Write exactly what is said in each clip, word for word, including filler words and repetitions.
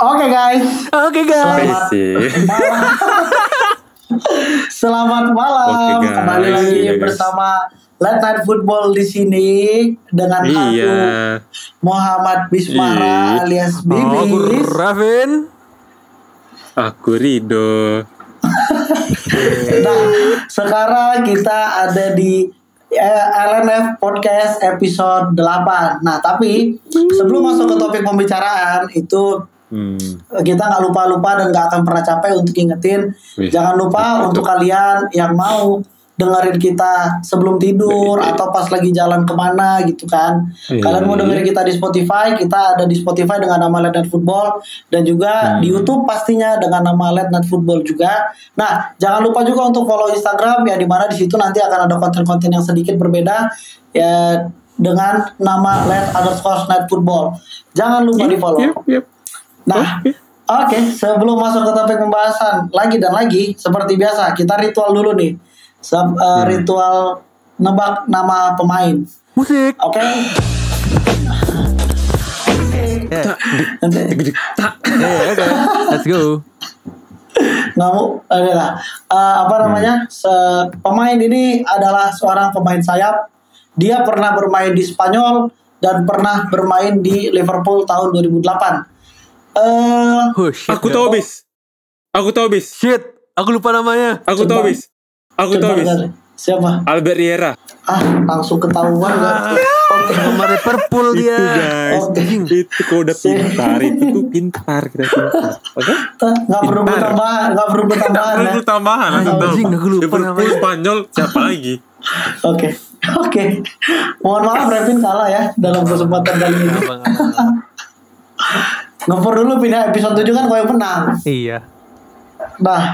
Oke guys. Oke guys. Selamat malam. Selamat malam. Oke, guys. Kembali lagi Iya, guys. bersama Late Night Football di sini dengan Iya. aku Muhammad Bismara Ih. alias Oh, aku Bibis. Raven. Aku Rido. Nah, sekarang kita ada di eh, L N F Podcast episode delapan. Nah, tapi sebelum masuk ke topik pembicaraan itu Hmm. kita nggak lupa-lupa dan nggak akan pernah capek untuk ingetin. Wih, Jangan lupa betul. untuk kalian yang mau dengerin kita sebelum tidur Wih. atau pas lagi jalan kemana gitu kan. Wih. Kalian mau dengerin kita di Spotify, kita ada di Spotify dengan nama Late Night Football dan juga Hmm. di YouTube pastinya dengan nama Late Night Football juga. Nah, jangan lupa juga untuk follow Instagram ya, di mana di situ nanti akan ada konten-konten yang sedikit berbeda ya dengan nama Late underscore Night Football. Jangan lupa di follow. Yep, yep. Nah, Oke. oke, sebelum masuk ke topik pembahasan lagi dan lagi, seperti biasa kita ritual dulu nih, Se- uh, Hmm. ritual nebak nama pemain. Musik. Oke. Ya. Nanti Eh, oke. Let's go. nggak mau, adalah uh, apa namanya? Se- pemain ini adalah seorang pemain sayap. Dia pernah bermain di Spanyol dan pernah bermain di Liverpool tahun dua ribu delapan. Eh, Oh shit. Aku tahu bis. Aku tahu bis. Shit. Aku lupa namanya. Aku Coba. tahu bis. Aku coba tahu bis. cari. Siapa? Albert Riera. Ah, langsung ketahuan nggak? Oke. Pemain Liverpool dia. Itu guys. Oke. Itu kau udah pintar. Itu tuh pintar. Kita pintar. Oke? Nggak perlu Pintar. bertambahan, nggak perlu bertambahan ya. Perlu tambahan. Langsung tahu. Anjing, aku lupa Liverpool, namanya. Spanyol. Siapa lagi? Oke, oke. Mohon maaf, Revin kalah ya dalam kesempatan kali ini. Abang, abang, abang. Ngepur dulu pindah episode tujuh kan kau yang menang. Iya. Nah,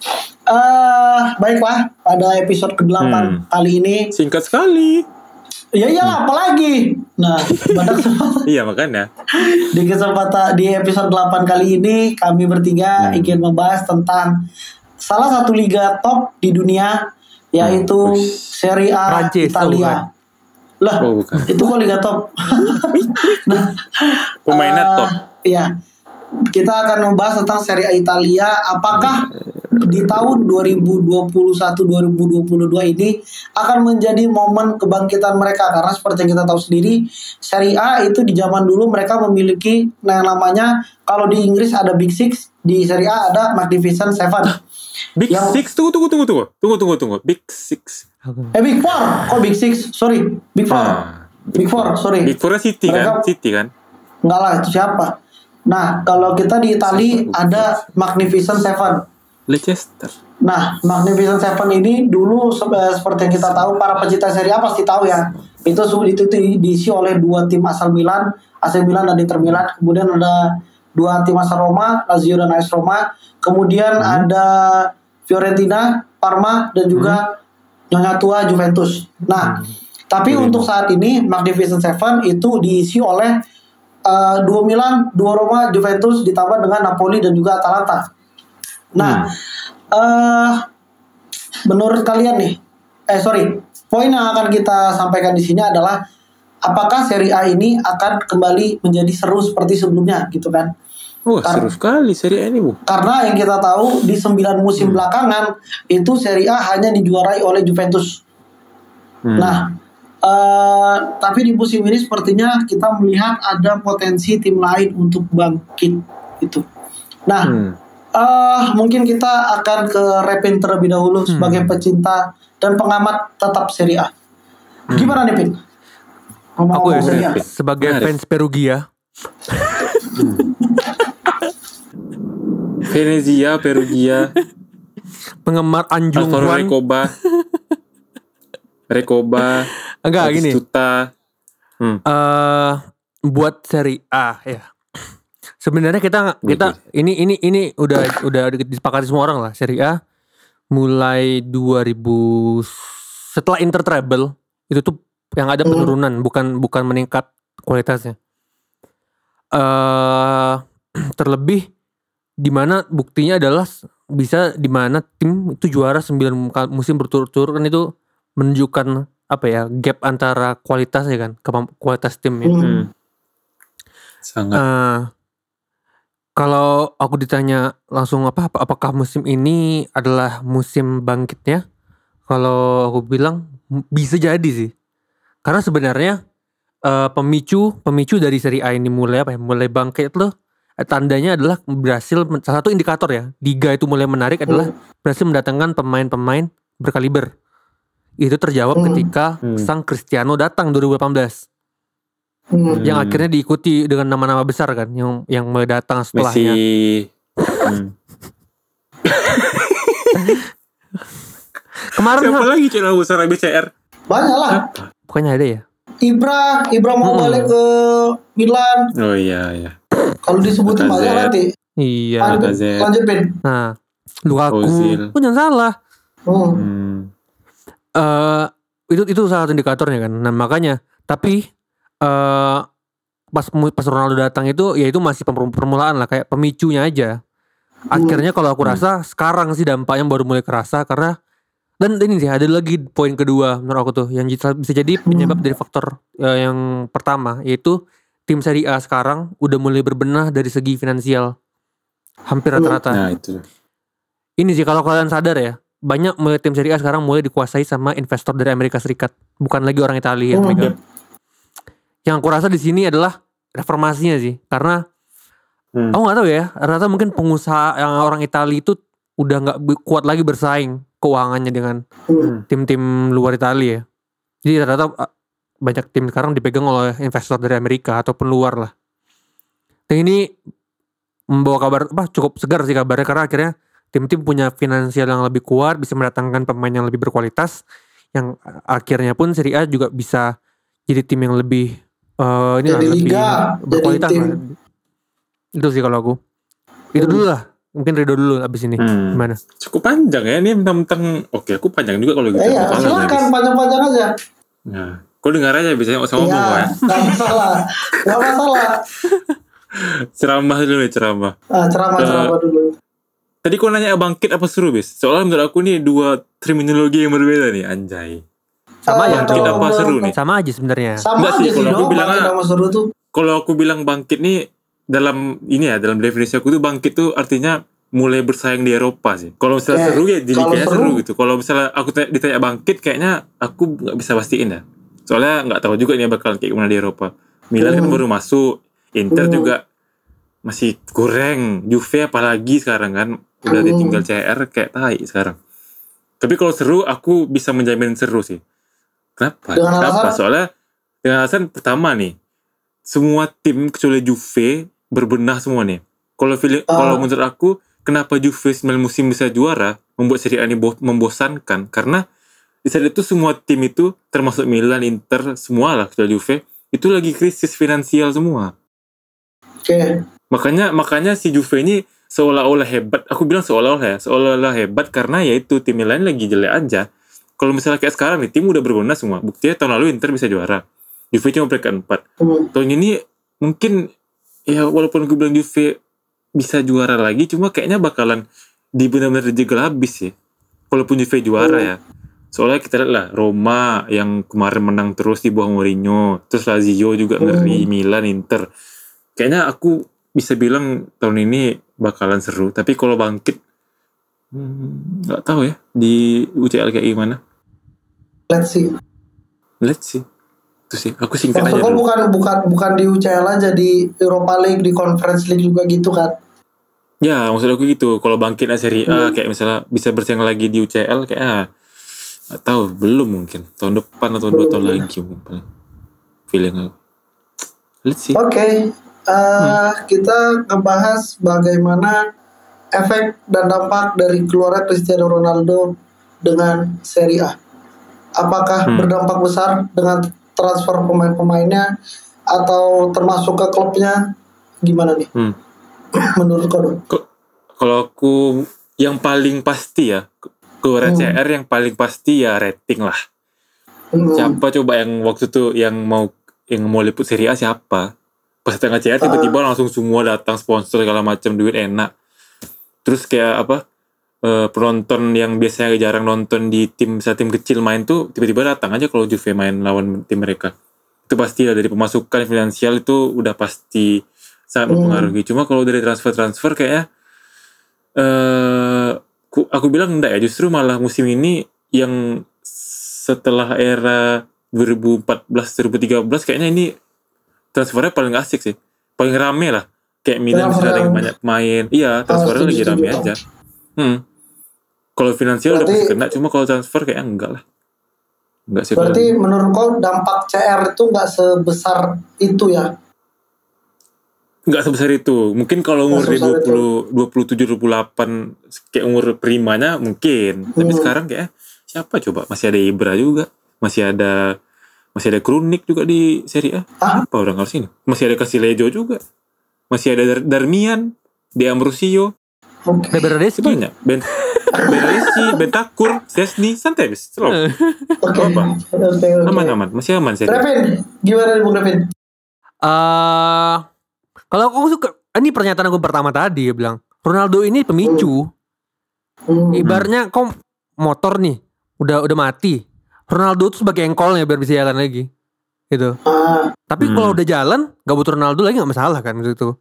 eh baiklah pada episode kedelapan Hmm. kali ini. Singkat sekali. Ya iyalah, apalagi. Nah, pada kesempatan Iya makanya. di kesempatan di episode delapan kali ini kami bertiga Hmm. ingin membahas tentang salah satu liga top di dunia, yaitu Hmm. Serie A Prancis, oh, Italia. Lah, Oh bukan. itu kok liga top. Nah, Pemainnya eh, top. Iya. Kita akan membahas tentang Serie A Italia. Apakah di tahun dua ribu dua puluh satu dua ribu dua puluh dua ini akan menjadi momen kebangkitan mereka? Karena seperti yang kita tahu sendiri, Serie A itu di zaman dulu mereka memiliki yang namanya, kalau di Inggris ada Big Six, di Serie A ada Magnificent Seven. Big Yang- Six. Tunggu tunggu tunggu tunggu. Tunggu tunggu tunggu. Big Six. Eh Big Four, kok Big Six? Sorry, Big Four. Ah, Big Four, sorry. Big Four City kan? Mereka- City kan? Enggak lah, itu siapa? Nah, kalau kita di Itali ada Magnificent Seven. Leicester. Nah, Magnificent Seven ini dulu se- eh, seperti yang kita tahu, para pecinta Serie A pasti tahu ya. Itu su- itu, itu diisi oleh dua tim asal Milan, A C Milan dan Inter Milan. Kemudian ada dua tim asal Roma, Lazio dan A S Roma. Kemudian ada Fiorentina, Parma dan juga Nyonya Tua Juventus. Nah, tapi Keren. untuk saat ini Magnificent Seven itu diisi oleh eh, dua Milan, dua Roma, Juventus ditambah dengan Napoli dan juga Atalanta. Nah, eh menurut kalian nih, eh sorry, poin yang akan kita sampaikan di sini adalah apakah Serie A ini akan kembali menjadi seru seperti sebelumnya, gitu kan? Wah Kar- seru sekali Serie A ini bu. Karena yang kita tahu di sembilan musim belakangan itu Serie A hanya dijuarai oleh Juventus. Hmm. Nah, eh, tapi di musim ini sepertinya kita melihat ada potensi tim lain untuk bangkit gitu. Nah, Hmm. eh mungkin kita akan ke Repin terlebih dahulu sebagai pecinta dan pengamat tetap Serie A. Gimana nih, Pin? Aku Ngomong-ngomong ya, Serie A. Repin. sebagai Menarik. fans Perugia. Venezia, Perugia, Penggemar Anjung Alvaro Juan. Recoba, Recoba, Enggak gini. Batistuta. Hmm. eh buat Serie A ya. Sebenarnya kita kita ini ini ini udah udah disepakati semua orang lah, Serie A mulai dua ribu setelah Inter treble itu tuh yang ada penurunan, bukan bukan meningkat kualitasnya. Eh terlebih di mana buktinya adalah bisa di mana tim itu juara sembilan kal- musim berturut-turut, kan itu menunjukkan apa ya, gap antara kualitasnya kan, kemamp- kualitas timnya. Hmm. Hmm. Sangat. Eh, Kalau aku ditanya langsung apa, apa apakah musim ini adalah musim bangkitnya? Kalau aku bilang m- bisa jadi sih. Karena sebenarnya eh, pemicu pemicu dari seri A ini mulai apa ya? Mulai bangkit loh. eh, Tandanya adalah berhasil men- salah satu indikator ya. Liga itu mulai menarik adalah Hmm. berhasil mendatangkan pemain-pemain berkaliber. Itu terjawab Hmm. ketika Hmm. sang Cristiano datang dua ribu delapan belas. Hmm. Yang Hmm. akhirnya diikuti dengan nama-nama besar kan, yang yang mulai datang Messi. setelahnya. Hmm. Kemarin Siapa ha, lagi channel besar B C R? Banyak lah. bukannya ada ya? Ibra, Ibra mau Mm-mm. balik ke Milan. Oh iya iya. Kalau disebutin Lacazette. banyak nanti. Iya. Lanjut, Lacazette. lanjut Ben. Nah, Lukaku, Ozil. oh, jangan salah. Hmm. Hmm. Eh itu itu salah satu indikatornya kan. Nah makanya, tapi eh pas mu- pas Ronaldo datang itu, ya itu masih pem- permulaan lah, kayak pemicunya aja. Akhirnya kalau aku Hmm. rasa sekarang sih dampaknya baru mulai kerasa karena, dan ini sih ada lagi poin kedua menurut aku tuh yang bisa bisa jadi penyebab dari faktor eh, yang pertama, yaitu tim Serie A sekarang udah mulai berbenah dari segi finansial hampir rata-rata. Nah itu. Ini sih kalau kalian sadar ya, banyak mulai tim Serie A sekarang mulai dikuasai sama investor dari Amerika Serikat, bukan lagi orang Italia yang Hmm. megang. Yang aku rasa di sini adalah reformasinya sih, karena Hmm. aku nggak tahu ya, rata mungkin pengusaha yang orang Italia itu udah nggak be- kuat lagi bersaing keuangannya dengan Hmm. tim-tim luar Italia ya. Jadi rata-rata uh, banyak tim sekarang dipegang oleh investor dari Amerika ataupun luar lah. Dan ini membawa kabar apa cukup segar sih kabarnya, karena akhirnya tim-tim punya finansial yang lebih kuat, bisa mendatangkan pemain yang lebih berkualitas, yang uh, akhirnya pun Serie A juga bisa jadi tim yang lebih eh ini lah, Jadi lebih liga, berkualitas jadi lah. tim. Itu sih kalau aku. Itu dulu lah. Mungkin Rido dulu abis ini. Hmm. Gimana? Cukup panjang ya ini tentang. Oke aku panjang juga kalau gitu. Eh, ya, Masalah silakan habis. panjang-panjang aja. Nah, kau dengar aja biasanya sama ngomong kok Iya, ya. nggak masalah, nggak masalah. Ceramah dulu nih ceramah. Ah, ceramah-ceramah dulu. Tadi kau nanya bangkit apa seru bis? Soalnya menurut aku nih dua terminologi yang berbeda nih anjay. Sama Ah, aja. Bangkit kalau apa menurut- seru nih? Sama aja sebenarnya. Sama Enggak aja sih, sih kalau aku dong, bilang bangkit ah, sama seru tuh. Kalau aku bilang bangkit nih dalam ini ya dalam definisi aku tuh bangkit tuh artinya mulai bersaing di Eropa sih. Kalau misalnya Eh, seru ya di kalau Liga seru- seru gitu. Kalau misalnya aku tanya- ditanya bangkit kayaknya aku nggak bisa pastiin ya. Soalnya nggak tahu juga nih bakal kayak gimana di Eropa. Milan kan Hmm. baru masuk, Inter Hmm. juga masih kurang, Juve apalagi sekarang kan udah Hmm. ditinggal C R kayak tai sekarang. Tapi kalau seru aku bisa menjamin seru sih. Kenapa? Dengan Kenapa? alasan? Soalnya dengan alasan pertama nih, semua tim kecuali Juve berbenah semua nih. Kalau fili- Ah. kalau menurut aku, kenapa Juve sembilan musim bisa juara, membuat Serie A ini bo- membosankan karena di saat itu semua tim itu termasuk Milan, Inter, semua lah kecuali Juve itu lagi krisis finansial semua. Oke. Makanya makanya si Juve ini seolah-olah hebat. Aku bilang seolah-olah ya, seolah-olah hebat karena ya itu tim lain lagi jelek aja. Kalau misalnya kayak sekarang nih tim udah berbenah semua. Buktinya tahun lalu Inter bisa juara. Juve cuma peringkat empat. Hmm. Tahun ini mungkin ya walaupun gue bilang Juve bisa juara lagi, cuma kayaknya bakalan di benar-benar dijegal habis sih. Walaupun Juve juara Hmm. ya. Soalnya kita lihat lah Roma yang kemarin menang terus di bawah Mourinho, terus Lazio juga ngeri, Hmm. Milan, Inter. Kayaknya aku bisa bilang tahun ini bakalan seru. Tapi kalau bangkit, hmm, nggak tahu ya di U C L kayak gimana. Let's see. Let's see. Itu sih. Aku singkat aja Maksudnya dulu. bukan bukan bukan di U C L aja, di Europa League, di Conference League juga gitu kan. Ya, maksud aku gitu. Kalau bangkit Serie A Hmm. kayak misalnya bisa bersaing lagi di U C L kayak ah, nggak tahu, belum mungkin tahun depan atau dua Belum, tahun ya. lagi mungkin paling. Feeling aku. Let's see. Oke, eh, kita ngebahas bagaimana efek dan dampak dari keluarnya Cristiano Ronaldo dengan Serie A. Apakah Hmm. berdampak besar dengan transfer pemain-pemainnya atau termasuk ke klubnya? Gimana nih? Hmm. Menurut kau dong? Ko- Kalau aku yang paling pasti ya keluar Hmm. C R yang paling pasti ya rating lah. Hmm. Siapa coba yang waktu itu yang mau yang mau liput Serie A siapa? Pas tengah C R tiba-tiba langsung semua datang sponsor segala macam, duit enak. Terus kayak apa? eh, penonton yang biasanya jarang nonton di tim saat tim kecil main tuh tiba-tiba datang aja kalau Juve main lawan tim mereka. Itu pasti lah dari pemasukan finansial itu udah pasti sangat mempengaruhi. Cuma kalau dari transfer-transfer kayaknya eh aku, aku bilang enggak ya, justru malah musim ini yang setelah era dua ribu empat belas dua ribu tiga belas kayaknya ini transfernya paling asik sih. Paling rame lah. Kayak Milan bisa ada banyak pemain. Iya, transfernya Oh, lagi setuju, rame setuju. aja. Hmm. Kalau finansial udah Berarti- pasti kena, cuma kalau transfer kayaknya enggak lah. Enggak sih. Berarti kalau- menurut kau dampak C R itu nggak sebesar itu ya? Enggak sebesar itu. Mungkin kalau umur Nggak dia sebesar dua puluh, dua puluh tujuh, dua puluh delapan kayak umur primanya mungkin. Tapi Hmm. sekarang kayak siapa coba? Masih ada Ibra juga. Masih ada masih ada Krunic juga di Serie A. Ah? Apa orang harus ini? Masih ada Casilejo juga. Masih ada Dar- Darmian, De Ambrosio. Oke. Bernardeschi. Banyak. Ben Benresi, Bentakur, Sesni, santai bis. Slow. Oke. Apa? Oke, oke. Aman-aman. Masih aman Serie A. Revin, gimana nih Bung Revin? Eh, kalau aku suka, ini pernyataan aku pertama tadi, dia bilang Ronaldo ini pemicu. Hmm. Ibaratnya kau motor nih, udah udah mati. Ronaldo tuh sebagai engkolnya biar bisa jalan lagi, gitu. Ah, Tapi Hmm. kalau udah jalan, nggak butuh Ronaldo lagi nggak masalah kan gitu.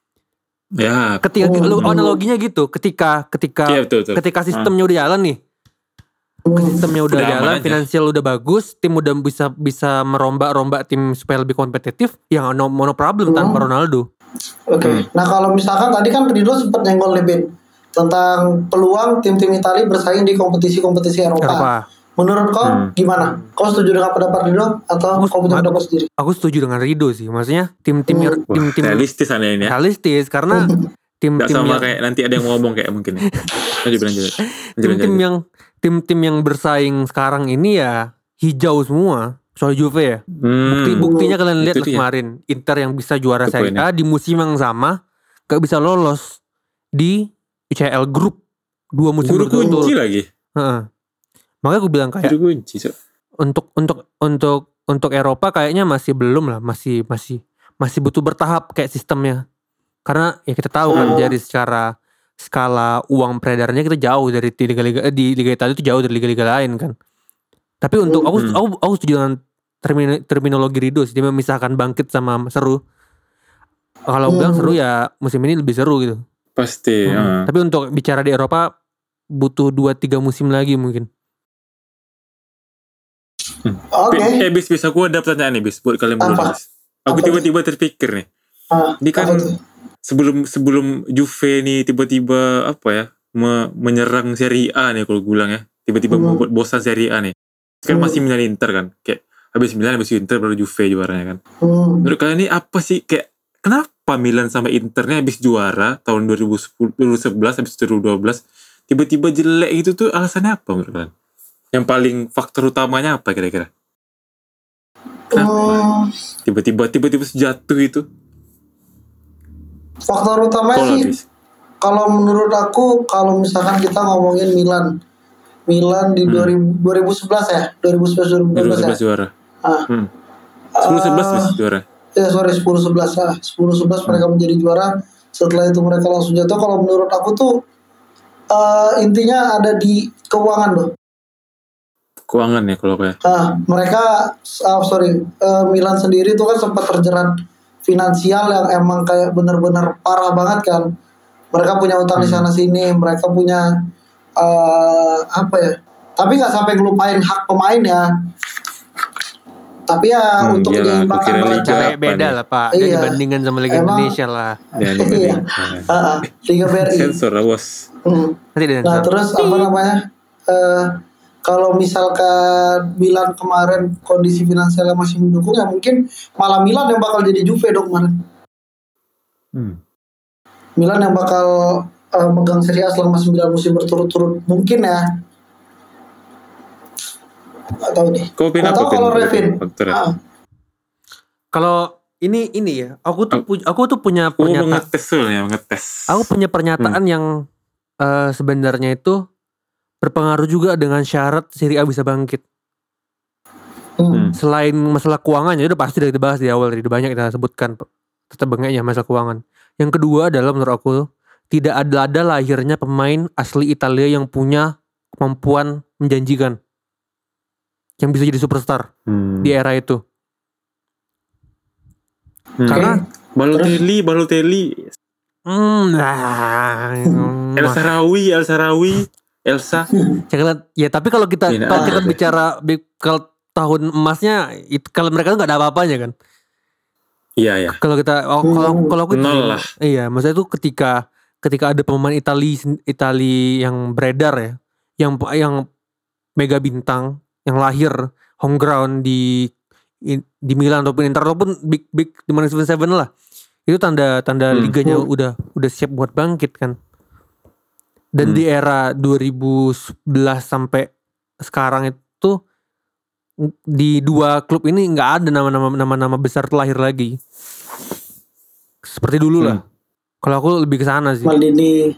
Ya. Ketika Oh, lu hmm. analoginya gitu, ketika ketika Iya betul betul. ketika sistemnya udah jalan nih, hmm. sistemnya udah, Udah aman jalan, aja. finansial udah bagus, tim udah bisa bisa merombak-rombak tim supaya lebih kompetitif, ya no, no problem Hmm. tanpa Ronaldo. Oke. Hmm. Nah kalau misalkan tadi kan Rido sempat nyenggol nih Ben tentang peluang tim-tim Italia bersaing di kompetisi-kompetisi Eropa. Eropa. Menurut kau Hmm. gimana? Kau setuju dengan pendapat Rido atau Aku- kau punya aku- pendapat sendiri? Aku setuju dengan Rido sih, maksudnya tim-tim yang Hmm. Wah, tim-tim realistis aneh ini ya. realistis karena tim-tim Gak sama yang kayak nanti ada yang mau ngomong kayak mungkin. ya. Lanjut lanjut. Lanjut, tim-tim lanjut. yang tim-tim yang bersaing sekarang ini ya hijau semua. Soal Juve ya. Hmm. Bukti buktinya kalian lihat Itu lah dia. kemarin Inter yang bisa juara Itu Serie poinnya. A di musim yang sama gak bisa lolos di U C L Group dua musim Guru berturut-turut. kunci lagi. Heeh. Makanya aku bilang kayak Guru kunci. So. untuk untuk untuk untuk Eropa kayaknya masih belum lah, masih masih masih butuh bertahap kayak sistemnya. Karena ya kita tahu kan Hmm. dari secara skala uang peredarannya kita jauh dari di liga-liga eh, di Liga Italia itu jauh dari liga-liga lain kan. Tapi untuk aku Hmm. aku aku setuju dengan termino- terminologi Rido sih, dia memisahkan bangkit sama seru. Kalau aku bilang Hmm. seru ya musim ini lebih seru gitu. Pasti. Hmm. ya. Tapi untuk bicara di Eropa butuh dua tiga musim lagi mungkin. Oke. Eh bis bis aku ada pertanyaan nih bis buat kalian berdua. Apa? Bis. Aku Apa? tiba-tiba terpikir nih. Ah, Ini kan apa tuh? sebelum sebelum Juve nih tiba-tiba apa ya me- menyerang Serie A nih kalau gue bilang ya. Tiba-tiba Hmm. membuat bosan Serie A nih. Kan Hmm. masih Milan Inter kan. Kayak habis Milan habis Inter baru Juve juaranya kan. Hmm. Menurut kalian ini apa sih kayak kenapa Milan sama Internya habis juara tahun dua ribu sepuluh, dua ribu sebelas habis dua ribu dua belas tiba-tiba jelek gitu tuh alasannya apa menurut kalian? Yang paling faktor utamanya apa kira-kira? Hmm. Tiba-tiba tiba-tiba jatuh itu. Faktor utama Kalau sih habis. kalau menurut aku kalau misalkan kita ngomongin Milan Milan di Hmm. dua ribu, dua ribu sebelas ya dua ribu sebelas dua ribu dua ribu dua belas sebelas ya juara. ah. Hmm. sepuluh sebelas Ah, bis juara. ya sorry sepuluh sebelas lah sepuluh sebelas Hmm. mereka menjadi juara setelah itu mereka langsung jatuh. Kalau menurut aku tuh eh, intinya ada di keuangan loh. Keuangan ya kalau kayak. Nah, mereka ah, sorry eh, Milan sendiri tuh kan sempat terjerat finansial yang emang kayak bener-bener parah banget kan. Mereka punya utang di Hmm. sana sini, mereka punya eh, apa ya? Tapi nggak sampai ngelupain hak pemain ya. Tapi ya Hmm, untuk iyalah, menyeimbangkan aku kira mereka. Liga Cara apa beda nih? lah Pak. Iya. Dia dibandingkan sama Liga Emang- Indonesia lah. Ya, Iya. dibanding. Ah, ah, Liga B R I. Sensor awas. Hmm. Nanti dia Nah sensor. terus apa namanya? Eh, kalau misalkan Milan kemarin kondisi finansialnya masih mendukung ya mungkin malah Milan yang bakal jadi Juve dong kemarin. Hmm. Milan yang bakal eh, megang Serie A selama sembilan musim berturut-turut mungkin ya. Gak tahu nih. Kau pin Gak apa tahu kalau Pin? Revin. Faktornya. Ah, Kalau ini ini ya, aku tuh pu- aku tuh punya Oh, pernyataan. ngetes tuh ya, ngetes. Aku punya pernyataan yang eh, sebenarnya itu berpengaruh juga dengan syarat Serie A bisa bangkit. hmm. Hmm. Selain masalah keuangan, ya udah pasti udah kita bahas di awal, udah banyak kita sebutkan tetap bengeknya masalah keuangan. Yang kedua adalah menurut aku tidak ada ada lahirnya pemain asli Italia yang punya kemampuan menjanjikan, yang bisa jadi superstar Hmm. di era itu. Hmm. Karena Balotelli, Balotelli. Hmm, nah, El Sarawi, El Sarawi, Elsa. Jangan, ya tapi kalau kita Ya, kalau kita ada. bicara bi- kalau tahun emasnya itu kalau mereka tuh nggak ada apa-apanya kan. Iya ya. Kalau kita oh, kalau kalau aku Nol terima- lah. Iya, maksudnya itu ketika ketika ada pemain Itali Itali yang beredar ya, yang yang mega bintang yang lahir home ground di di Milan ataupun Inter ataupun big big di mana tujuh tujuh lah. Itu tanda tanda Hmm. liganya udah udah siap buat bangkit kan. Dan Hmm. di era dua ribu sebelas sampai sekarang itu di dua klub ini nggak ada nama-nama nama-nama besar terlahir lagi. Seperti dulu lah. Hmm. Kalau aku lebih ke sana sih. Maldini.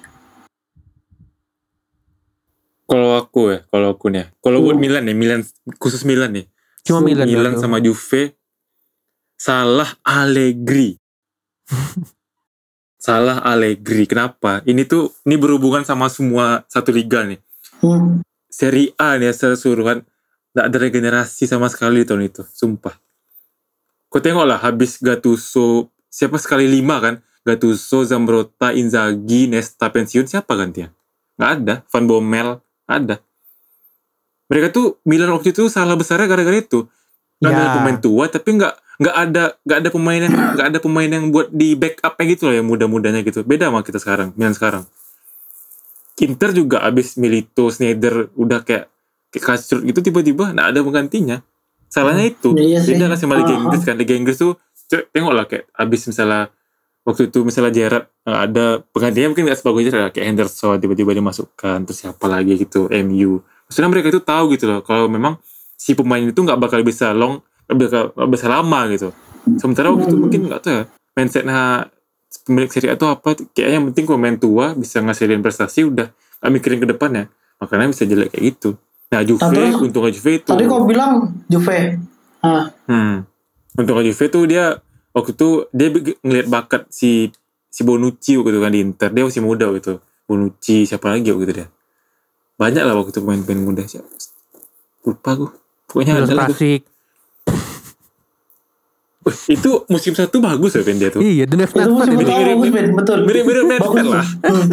Kalau aku ya, kalau aku nih, ya. kalau buat Hmm. Milan nih, Milan khusus Milan nih. Cuma Milan. Milan ya, sama Juve, salah Allegri. Salah Allegri. Kenapa? Ini tuh ini berhubungan sama semua satu liga nih. Hmm. Serie A nih seluruhan nggak ada regenerasi sama sekali tahun itu, sumpah. Kau tengok lah habis Gattuso, siapa sekali lima kan? Gattuso, Zambrotta, Inzaghi, Nesta pensiun, siapa gantian? Nggak ada. Van Bommel ada. Mereka tuh Milan waktu itu salah besarnya gara-gara itu. Nggak Ya. ada pemain tua, tapi nggak nggak ada nggak ada pemain yang nggak ada pemain yang buat di backupnya gitu loh, yang muda-mudanya gitu. Beda sama kita sekarang, Milan sekarang. Inter juga abis Milito, Sneijder udah kayak kayak kasut gitu, tiba-tiba nggak ada penggantinya. Salahnya itu. Iya sih. Beda kan sama Liga Ah, Inggris kan. Liga Inggris tuh c- tengok lah kayak abis misalnya waktu itu misalnya Gerrard eh, ada penggantinya mungkin nggak sebagus Gerrard, kayak Henderson tiba-tiba dimasukkan, terus siapa lagi gitu, M U. Maksudnya mereka itu tahu gitu loh kalau memang si pemain itu nggak bakal bisa long, nggak bakal nggak bisa lama gitu. Sementara waktu itu mungkin nggak tahu ya mindsetnya pemilik Serie A itu apa, kayaknya yang penting pemain tua bisa ngasilin prestasi udah nggak mikirin ke depannya, makanya bisa jelek kayak gitu. Nah Juve, Nah, terus untungnya Juve itu tadi kau bilang Juve. Ah, hmm, untungnya Juve tuh dia waktu itu dia beg- ngeliat bakat si si Bonucci waktu itu kan di Inter, dia masih muda waktu itu. Bonucci, siapa lagi waktu itu dia, banyak lah waktu itu pemain-pemain muda, siapa lupa gue, pokoknya Milos ada lah tuh. Krasik. Wih, itu musim satu bagus ya Ben dia tuh. Iya, The Next itu musim Netflix. pertama bagus Ben, betul. Mirip-mirip Nedved Bagus. lah. Hmm.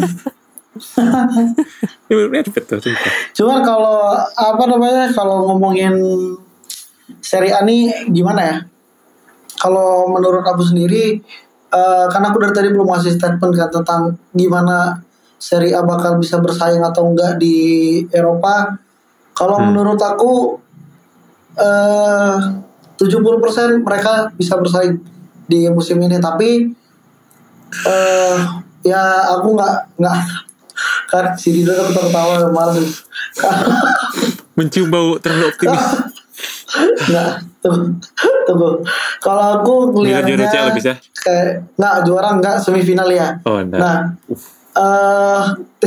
Mirip Nedved tuh, sumpah. Cuman kalau apa namanya kalau ngomongin Serie A nih gimana ya? Kalau menurut aku sendiri, eh, karena aku dari tadi belum ngasih statement kan tentang gimana Serie A bakal bisa bersaing atau enggak di Eropa. Kalau Hmm. menurut aku eh tujuh puluh persen mereka bisa bersaing di musim ini, tapi eh ya aku nggak nggak kan si Dido udah ketawa-ketawa malas. Mencium bau terlalu optimis. Nggak, tunggu, tunggu. Kalau aku Milan juara ngelihatnya C L bisa? kayak nggak juara nggak semifinal ya. Oh, enggak. Nah, eh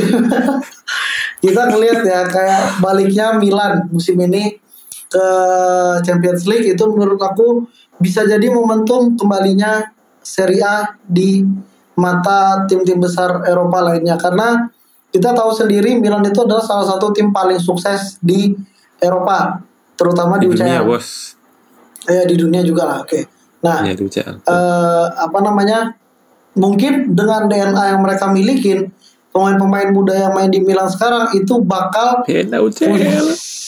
kita ngelihat ya kayak baliknya Milan musim ini ke Champions League itu menurut aku bisa jadi momentum kembalinya Serie A di mata tim-tim besar Eropa lainnya, karena kita tahu sendiri Milan itu adalah salah satu tim paling sukses di Eropa, terutama di, Di U C L. dunia bos. Ya di dunia juga lah. Oke. Nah, Ya di U C L. eh, apa namanya? Mungkin dengan D N A yang mereka milikin, pemain-pemain muda yang main di Milan sekarang itu bakal Pena U C L.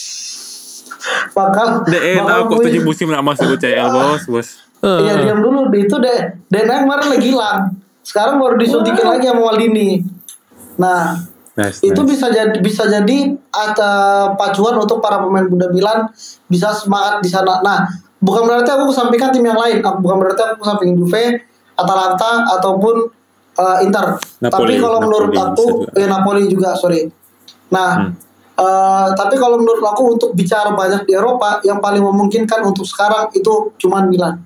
bakal D N A bakal kok punya- tujuh musim nggak masuk U C L bos, bos. Iya, Eh, diam dulu. Itu deh D N A kemarin lagi hilang. Sekarang baru disuntikin lagi sama Maldini. Nah, Nice, itu nice. bisa jadi bisa jadi ada pacuan untuk para pemain muda Milan bisa semangat di sana. Nah, bukan berarti aku kesampingkan tim yang lain. Aku bukan berarti aku kesampingin Juve, Atalanta ataupun eh, Inter. Napoli, Tapi kalau Napoli menurut bisa aku, juga. eh, Napoli juga, sorry. Nah, Hmm. eh, tapi kalau menurut aku untuk bicara banyak di Eropa, yang paling memungkinkan untuk sekarang itu cuman Milan.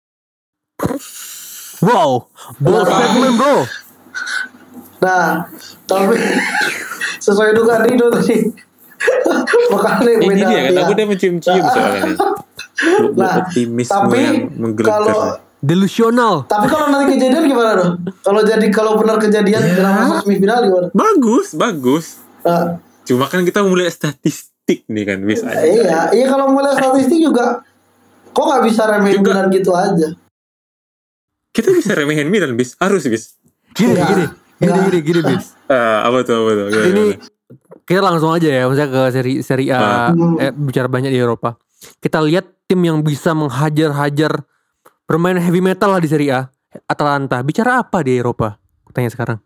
wow, bold Kenapa? statement bro. Nah, tapi sesuai dugaan Rido tadi. Makanya Ini beda. dia kan, ya. aku udah mencium-cium soalnya nih. Bu- bu- Nah, optimisme tapi yang menggelegar. kalau Delusional. tapi kalau nanti kejadian gimana dong? Kalau jadi kalau benar kejadian dalam masuk semifinal gimana? Bagus, bagus. Nah, Cuma kan kita mulai statistik nih kan biasanya. iya, iya kalau mulai statistik juga kok nggak bisa remehin Juga. Milan gitu aja. Kita bisa remehin Milan bis, harus bis. Gini Enggak. gini gini Enggak. gini gini bis. Ah, apa tuh apa tuh? Gimana, Ini gimana? kita langsung aja ya, misalnya ke seri seri A, Hmm. eh, bicara banyak di Eropa. Kita lihat tim yang bisa menghajar-hajar bermain heavy metal lah di Serie A. Atalanta, bicara apa di Eropa? Aku tanya sekarang.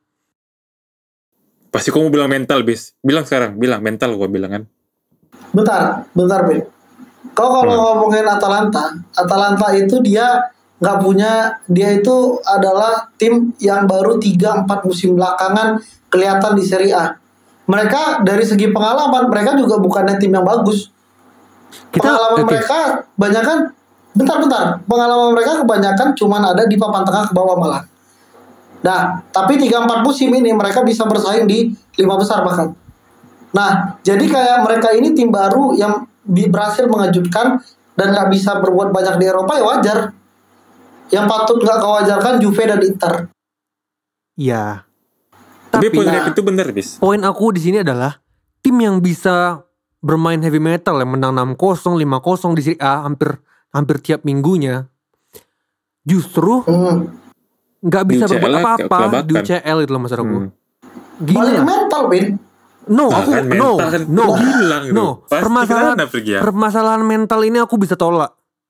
Pasti kamu bilang mental bis. Bilang sekarang, bilang mental gua bilang kan. Bentar, bentar Ben. Kau kalau Hmm. ngomongin Atalanta, Atalanta itu dia nggak punya, dia itu adalah tim yang baru tiga empat musim belakangan kelihatan di Serie A. Mereka dari segi pengalaman, mereka juga bukannya tim yang bagus. Kita Pengalaman oke. mereka banyak kan, bentar-bentar, pengalaman mereka kebanyakan cuman ada di papan tengah ke bawah malah. Nah, tapi tiga empat musim ini mereka bisa bersaing di lima besar bahkan. Nah, jadi kayak mereka ini tim baru yang bi- berhasil mengejutkan dan nggak bisa berbuat banyak di Eropa, ya wajar. Yang patut nggak kau wajarkan Juve dan Inter. Ya. Tapi Tapi poin nah. rap itu benar bis. poin aku di sini adalah tim yang bisa bermain heavy metal yang menang enam kosong, lima kosong di Serie A hampir hampir tiap minggunya. Justru Hmm. nggak bisa Di U C L berbuat kayak apa-apa kelabakan. di U C L itu loh maksud aku. Hmm. Gini Balik ke lah. mental, Ben. No, Nah, aku kan no, mental kan no, hilang no. tuh. Pasti Permasalahan, kena pergi ya. permasalahan mental ini aku bisa tolak.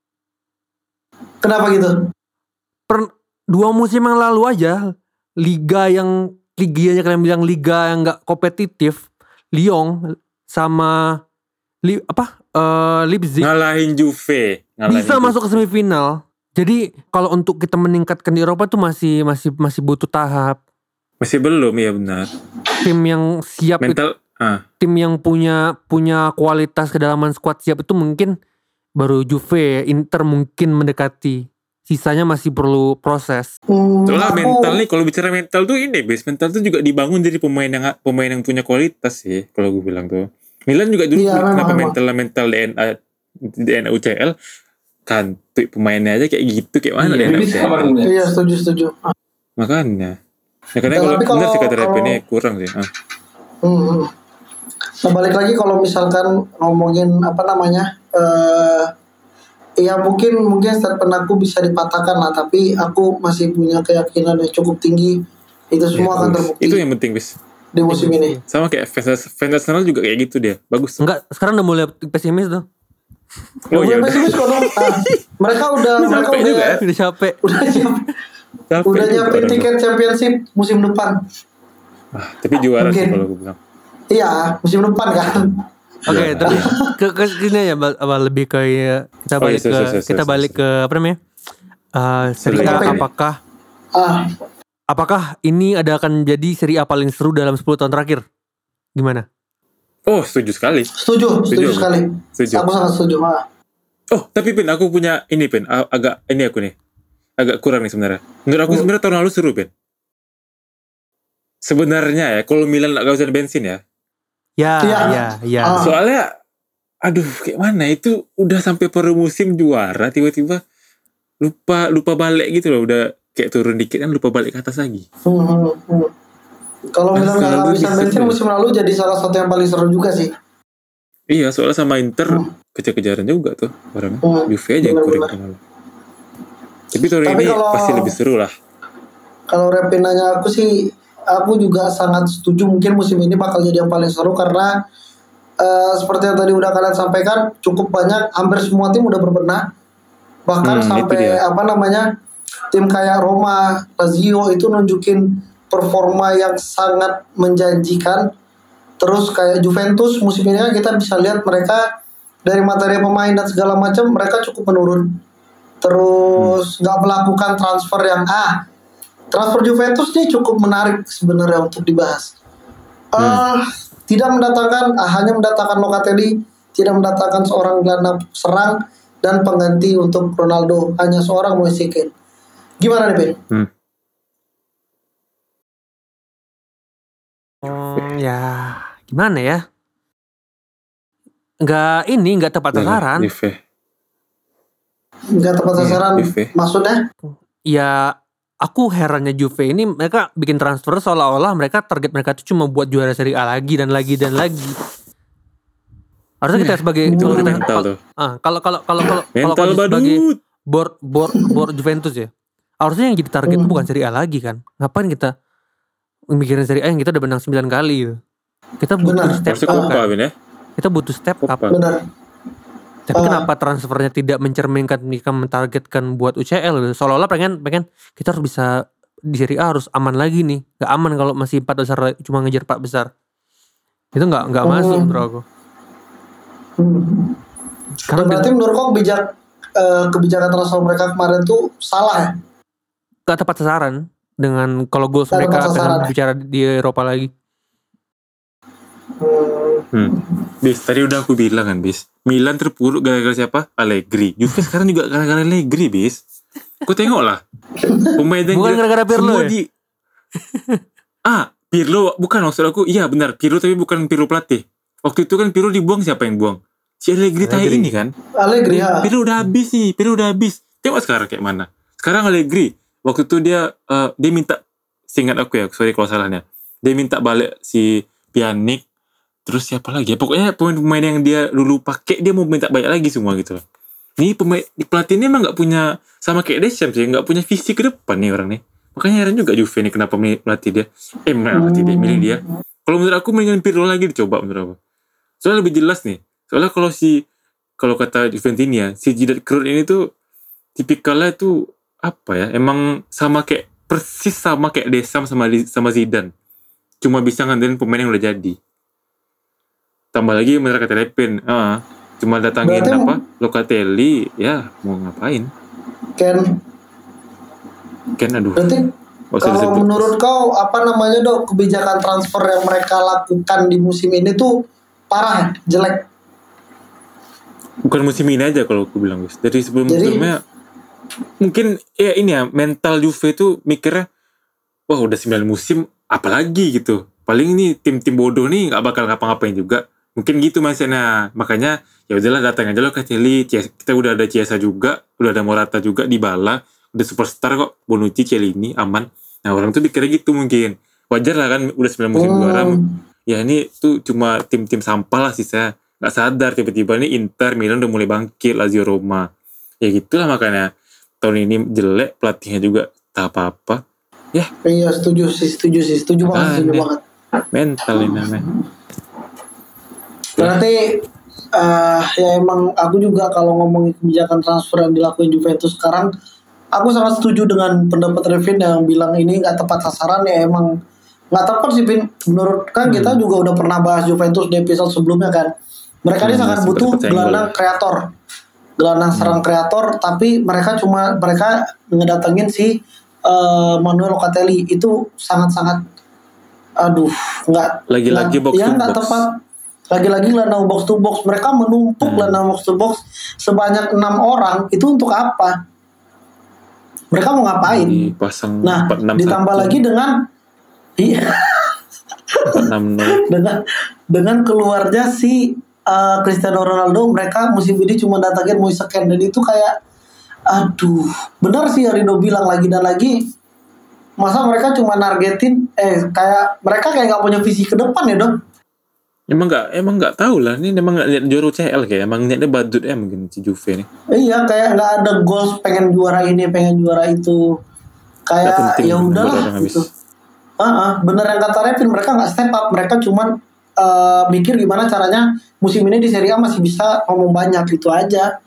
Kenapa gitu? Per, dua musim yang lalu aja, liga yang liga kalian bilang liga yang nggak kompetitif, Lyon sama li, apa eh, Leipzig Ngalahin Juve. Ngalahin bisa Juve. masuk ke semifinal. Jadi kalau untuk kita meningkatkan di Eropa tuh masih masih masih butuh tahap. Masih belum ya benar. Tim yang siap itu, Mental ah. tim yang punya punya kualitas kedalaman squad siap itu mungkin baru Juve, Inter mungkin mendekati. Sisanya masih perlu proses. Hmm, Soalnya aku- mental nih, kalau bicara mental tuh ini base mental tuh juga dibangun dari pemain yang pemain yang punya kualitas sih kalau gue bilang tuh. Milan juga dulu Iya, kenapa memang, mental mental D N A D N A U C L kan tuh pemainnya aja kayak gitu kayak mana Iya, D N A U C L. Iya, setuju, setuju. Ah, Makanya. Ya karena Ya, kalau tapi benar sih kalau- kata Rep kalau- ini kurang sih. Ah. hmm, hmm. Nah, balik lagi kalau misalkan ngomongin apa namanya, eh ya mungkin mungkin statement aku bisa dipatahkan lah, tapi aku masih punya keyakinan yang cukup tinggi itu semua akan terbukti Itu yang penting bis. di musim ini. Sama kayak fans fans Arsenal juga kayak gitu dia. Bagus. Enggak, sekarang udah mulai pesimis tuh. Oh iya Udah udah. pesimis kok, dong. Ah, mereka udah Udah mereka capek udah juga ya. Udah capek. udah nyiap, Capek udah juga nyiapin orang tiket championship musim depan. tuh. Ah, tapi juara sih Mungkin. kalau gue bilang. Iya, musim depan kan. Oke, Iya. tapi ke ke sini ya Bal- apa lebih ke ya, kita Oh, iya, balik sorry, ke sorry, kita sorry, balik sorry. ke apa namanya? Eh Serie A, Serie A. apakah Ah, apakah ini ada akan jadi Serie A paling seru dalam sepuluh tahun terakhir? Gimana? Oh setuju sekali. setuju, setuju Setuju. sekali. Setuju. Aku sangat setuju. Ah. Oh, tapi Pin, aku punya ini Pin, A- agak ini aku nih. Agak kurang nih sebenarnya. Menurut aku Hmm. sebenarnya tahun lalu seru, Pin. Sebenarnya ya, kalau Milan gak kehabisan bensin ya. Ya, Iya. ya, ya. Ah. Soalnya aduh, kayak mana itu udah sampai per musim juara tiba-tiba lupa lupa balik gitu loh, udah kayak turun dikit kan lupa balik ke atas lagi. Hmm, hmm, hmm. Kalau Ah, Milan nggak selalu kehabisan bisa bensin tuh. musim lalu jadi salah satu yang paling seru juga sih. Iya, soalnya sama Inter Hmm. kejar-kejaran juga tuh orangnya. Hmm, Juve aja yang kurang benar-benar. kenal. Tapi tahun Tapi ini kalau- pasti lebih seru lah. Kalau Repin nanya aku sih, aku juga sangat setuju mungkin musim ini bakal jadi yang paling seru karena eh, seperti yang tadi udah kalian sampaikan, cukup banyak, hampir semua tim udah berbenah. Bahkan Hmm, itu sampai dia. apa namanya, tim kayak Roma, Lazio itu nunjukin performa yang sangat menjanjikan. Terus kayak Juventus musim ini kan kita bisa lihat mereka dari materi pemain dan segala macam mereka cukup menurun. Terus nggak melakukan transfer yang ah transfer Juventus ini cukup menarik sebenarnya untuk dibahas. Eh, tidak mendatangkan ah, hanya mendatangkan Locatelli, tidak mendatangkan seorang gelandang serang dan pengganti untuk Ronaldo, hanya seorang Moise Kean. Gimana nih, Ben? Hmm. Hmm, ya, gimana ya? Nggak ini nggak tepat sasaran. Juve. Nggak tepat Iya, sasaran. Juve. Maksudnya? Ya, aku herannya Juve ini mereka bikin transfer seolah-olah mereka target mereka tuh cuma buat juara Serie A lagi dan lagi dan lagi. Harusnya kita sebagai Hmm. kalau kita Mental tuh. ah, kalau kalau kalau kalau kalau Mental kalau sebagai badut. board board board Juventus ya. harusnya yang jadi target itu Hmm. bukan Serie A lagi kan. Ngapain kita mikirin Serie A yang kita udah menang sembilan kali gitu. Kita butuh Benar. step Harusnya up Copa kan. Vin ya. Kita butuh step up. Copa. Benar. Tapi Ah. kenapa transfernya tidak mencerminkan mereka mentargetkan buat U C L gitu. Seolah-olah pengen pengen kita harus bisa di Serie A harus aman lagi nih. Gak aman kalau masih empat besar cuma ngejar empat besar. Itu gak, gak Hmm. masuk bro aku. Hmm. Karena Berarti menurut kau bijak eh, kebijakan transfer mereka kemarin tuh salah ya? gak tepat sasaran dengan kalau goals Gak mereka tepat dengan sasaran. bicara di Eropa lagi. Hmm. Hmm. Bis, tadi udah aku bilang kan, Bis. Milan terpuruk gara-gara siapa? Allegri. Juve sekarang juga gara-gara Allegri, Bis. Kau tengok lah. Pemain yang Bukan dia- gara-gara Pirlo semua ya? di Ah, Pirlo bukan maksud aku. Iya benar, Pirlo tapi bukan Pirlo pelatih. Waktu itu kan Pirlo dibuang, siapa yang buang? Si Allegri tai Allegri. ini kan. Allegri ya. Pirlo udah habis nih, Pirlo udah habis. Tengok sekarang kayak mana. Sekarang Allegri, waktu itu dia eh, dia minta, seingat aku ya, sorry kalau salahnya. Dia minta balik si Pjanic, terus siapa lagi ya? Pokoknya pemain-pemain yang dia dulu pakai dia mau minta balik lagi semua gitu. Ini pemain di pelatih ini emang nggak punya, sama kayak Deschamps sih, nggak punya visi ke depan nih orang nih. Makanya heran juga Juve nih kenapa milih pelatih dia. Eh melatih dia, milih dia. Kalau menurut aku mendingan Pirlo lagi dicoba menurut aku. Soalnya lebih jelas nih. Soalnya kalau si kalau kata Juventini ya, si Zidane Kroos ini tuh tipikalnya tuh apa ya? Emang sama kayak persis sama kayak Deschamps sama sama Zidane. Cuma bisa ngandelin pemain yang udah jadi. Tambah lagi bener kata Lepin, ah, cuma datangin Berarti- apa? Locatelli, ya mau ngapain? Ken, Kan aduh. berarti Gak usah kalau disebut. menurut kau apa namanya dok kebijakan transfer yang mereka lakukan di musim ini tuh parah, ya? Jelek. Bukan musim ini aja kalau aku bilang guys. Dari sebelum Jadi- sebelumnya mungkin ya ini ya mental Juve itu mikirnya wah udah sembilan musim apalagi gitu. Paling ini tim-tim bodoh nih nggak bakal ngapa-ngapain juga. Mungkin gitu maksudnya. Makanya ya udahlah datang aja lo Castelli. Kita udah ada Chiesa juga, udah ada Morata juga, Dybala, udah superstar kok. Bonucci, Chiellini aman. Nah orang tuh pikirnya gitu mungkin. Wajar lah kan udah sembilan musim Hmm. juara. Ya ini tuh cuma tim-tim sampah lah sisa. Gak sadar tiba-tiba nih Inter, Milan udah mulai bangkit, Lazio, Roma. Ya gitulah makanya tahun ini jelek, pelatihnya juga tak apa-apa. Iya setuju sih, setuju sih, setuju banget, Apaan setuju deh? banget. Mental ini namanya. Berarti eh ya emang aku juga kalau ngomongin kebijakan transfer yang dilakuin Juventus sekarang, aku sangat setuju dengan pendapat Revin yang bilang ini nggak tepat sasaran. Ya emang nggak tepat sih Vin. Menurut kan Hmm. kita juga udah pernah bahas Juventus di episode sebelumnya kan. Mereka ini Hmm, sangat sempat butuh dapet senggol. gelandang kreator, gelandang serang kreator. Tapi mereka cuma mereka ngedatengin si eh, Manuel Locatelli itu sangat-sangat, aduh nggak Lagi-lagi nggak- box ya to nggak box. tepat. Lagi-lagi gelandang box to box, mereka menumpuk Hmm. gelandang box to box sebanyak enam orang itu untuk apa? Mereka mau ngapain? Dipasang Nah, empat enam ditambah lagi dengan iya empat enam nol. dengan dengan keluarnya si uh, Cristiano Ronaldo, mereka musim ini cuma datangin Moise Kean dan itu kayak aduh, benar sih Rido bilang lagi dan lagi. Masa mereka cuma nargetin eh kayak mereka kayak nggak punya visi ke depan ya, Dok? Emang nggak emang nggak tahu lah. Ini emang nggak lihat juara U C L kayak. Emang niatnya badut ya mungkin si Juve nih. Iya, kayak nggak ada goals pengen juara ini, pengen juara itu. Nggak Kayak penting ya buat udahlah orang habis. gitu. Ah, bener yang kata Revin, mereka nggak step up, mereka cuman eh, mikir gimana caranya musim ini di Serie A masih bisa ngomong banyak itu aja.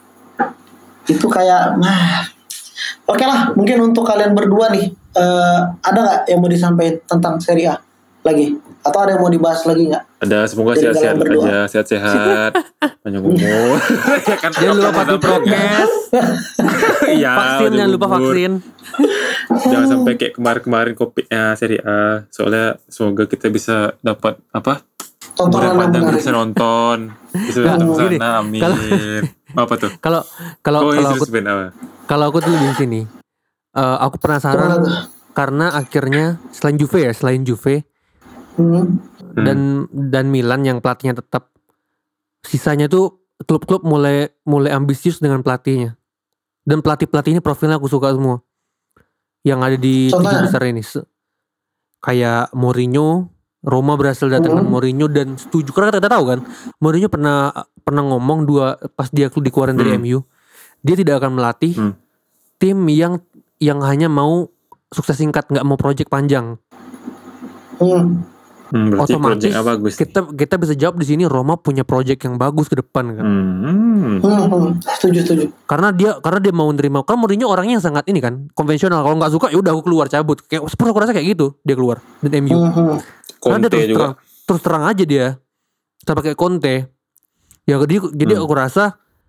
Itu kayak, nah, oke lah, mungkin untuk kalian berdua nih, eh, ada nggak yang mau disampaikan tentang Serie A lagi? Atau ada yang mau dibahas lagi nggak? Ada semoga Jadi sehat-sehat kalian berdua. aja, sehat-sehat, panjang umur. Ya kan, Jangan lupa patuhi prokes. Iya, Vaksin udah jangan lupa gugur. vaksin. Jangan sampai kayak kemarin-kemarin Covid-nya Serie A. Soalnya semoga kita bisa dapat apa? Umur Tontonan yang yang panjang menarik. bisa nonton, bisa Nggak, datang ke gini, sana, amin. Apa tuh? Kalau kalau Oh, kalau ini aku serius Ben apa? kalau aku tuh di sini, eh, aku penasaran Gimana tuh? karena akhirnya selain Juve ya, selain Juve Hmm. Hmm. dan dan Milan yang pelatihnya tetap, sisanya tuh klub-klub mulai mulai ambisius dengan pelatihnya. Dan pelatih-pelatih ini profilnya aku suka semua. Yang ada di Contohnya? tujuh besar ini. Se- Kayak Mourinho, Roma berhasil datangkan Hmm. Mourinho dan setuju karena kita tahu kan, Mourinho pernah pernah ngomong dua pas dia dikeluarin dari Hmm. M U, dia tidak akan melatih Hmm. tim yang yang hanya mau sukses singkat, nggak mau project panjang. Hmm. Hmm, berarti Otomatis project apa bagus nih? kita kita bisa jawab di sini Roma punya project yang bagus ke depan kan. Hmm. Hmm, hmm. Setuju, setuju. Karena dia karena dia mau nerima. Kan Mourinho orangnya yang sangat ini kan, konvensional. Kalau nggak suka ya udah aku keluar, cabut. Kayak Spurs aku rasa kayak gitu, dia keluar dan M U. Hmm, hmm. Karena dia Conte terus juga. terang, terus terang aja dia. Sama kayak Conte. Ya jadi jadi Hmm. aku rasa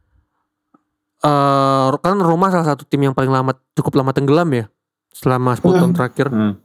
eh kan Roma salah satu tim yang paling lama cukup lama tenggelam ya selama sepuluh tahun terakhir. Hmm.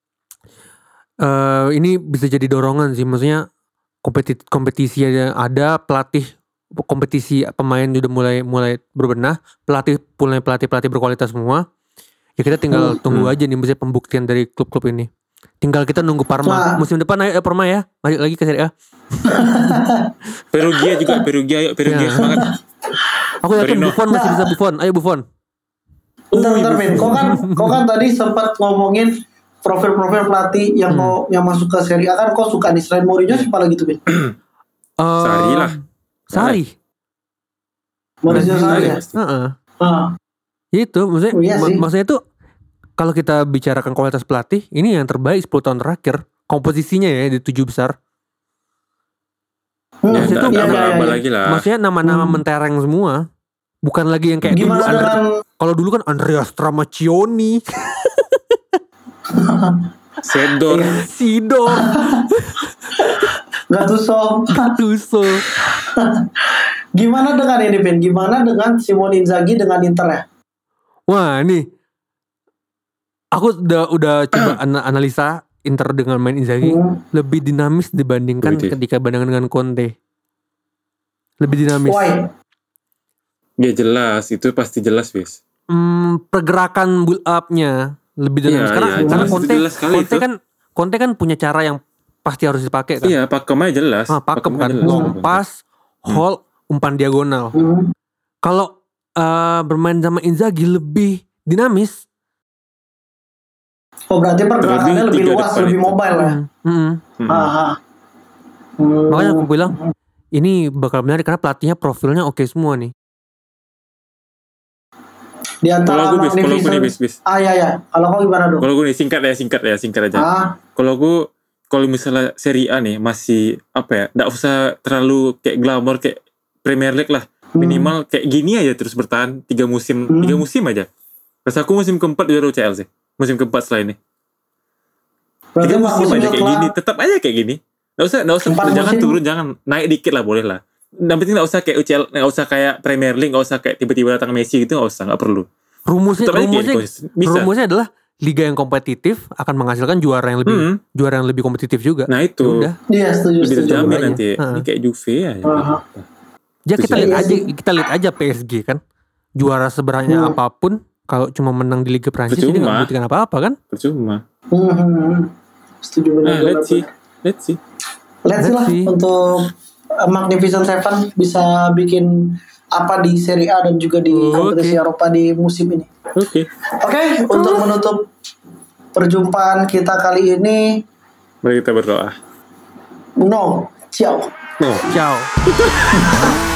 Eh ini bisa jadi dorongan sih, maksudnya kompetisi kompetisi ada, ada pelatih kompetisi pemain udah mulai mulai berbenah, pelatih mulai pelatih pelatih berkualitas semua. Ya kita tinggal tunggu aja nih misalnya pembuktian dari klub-klub ini. Tinggal kita nunggu Parma Nah. musim depan, ayo eh, Parma ya, balik lagi ke Serie A. Perugia juga, Perugia, ayo Perugia Ya. semangat. Aku yakin Torino. Buffon masih bisa Buffon, ayo Buffon. Bentar, bentar, Ben. Kau kan, kau kan tadi sempat ngomongin profil-profil pelatih yang mau yang masuk ke Serie A, kan kau suka nih, selain Mourinho siapa lagi tuh, Ben? Eh, Sarri lah. Sari. Maurizio Sarri ya? pasti. Heeh. Ah. Itu maksudnya Oh, iya mak- sih. maksudnya itu kalau kita bicarakan kualitas pelatih, ini yang terbaik sepuluh tahun terakhir. Komposisinya ya di tujuh besar. Hmm, Ya, Maksudnya tak itu- ada iya, iya, apa-apa iya. lagi lah. Maksudnya nama-nama Hmm. mentereng semua. Bukan lagi yang kayak dulu Gimana Andre- dengan kalau dulu kan Andrea Stramaccioni, Sedor. Sidor, Gattuso? Gattuso. Gimana dengan ini, Ben? Gimana dengan Simone Inzaghi dengan Inter ya? Wah, ini aku udah udah coba ana- analisa Inter dengan main Inzaghi Hmm. lebih dinamis dibandingkan Widih. ketika bandingan dengan Conte. Lebih dinamis. Why? Ya jelas, itu pasti jelas, Wis. Hmm, pergerakan build up-nya lebih dinamis. Iya, karena iya, karena jelas, Conte, itu jelas sekali Conte itu. kan Conte kan punya cara yang pasti harus dipakai kan. Iya, pakemnya jelas. Ah, pakem kan, Pakemnya jelas. long pass, hold, umpan diagonal. Hmm. Kalau eh, bermain sama Inzaghi lebih dinamis. Oh, berarti pergerakannya Terlebih lebih tiga luas, depan lebih itu. mobile ya? Hmm, hmm. Hmm. Ah, ah. Hmm. Makanya aku bilang ini bakal menarik karena pelatihnya profilnya oke semua nih. Di Kalau antara aku bis, kalau aku nih Magnificent. bis, bis. Ah, ya, ya. Kalau kau gimana dong? Kalau gue nih singkat ya, singkat ya, singkat aja. Ah, Kalau gue, kalau misalnya Serie A nih masih apa ya, nggak usah terlalu kayak glamor kayak Premier League lah. Minimal kayak gini aja terus bertahan tiga musim, Hmm. tiga musim aja. Rasa aku musim keempat juara U C L sih, musim keempat setelah ini. berarti Tiga empat musim musim aja kayak setelah gini, tetap aja kayak gini. Nggak usah, nggak usah, Empat jangan musim. turun, jangan naik dikit lah boleh lah. Yang penting nggak usah kayak U C L, nggak usah kayak Premier League, nggak usah kayak tiba-tiba datang Messi gitu, nggak usah, nggak perlu. Rumusnya Tetap aja kayak rumusnya konsisten. Bisa. rumusnya adalah liga yang kompetitif akan menghasilkan juara yang lebih Hmm. juara yang lebih kompetitif juga. Nah itu, Udah. Iya, setuju, lebih setuju. terjamin aja. nanti. Heeh. Ini kayak Juve ya. Aha. Ya kita Iya lihat aja sih. kita lihat aja P S G kan. Juara sebenarnya Hmm. apapun kalau cuma menang di Liga Prancis ini Percuma. nggak membuktikan apa-apa kan? Percuma. Hmm, hmm, hmm. Setuju Eh, benar. let's see, let's see. Let's see lah Let's see. untuk uh, Magnificent Seven bisa bikin apa di Serie A dan juga di Oh, kompetisi oke. Eropa di musim ini. Oke. Oke, untuk menutup perjumpaan kita kali ini, Mari kita berdoa. no, ciao. No. Ciao.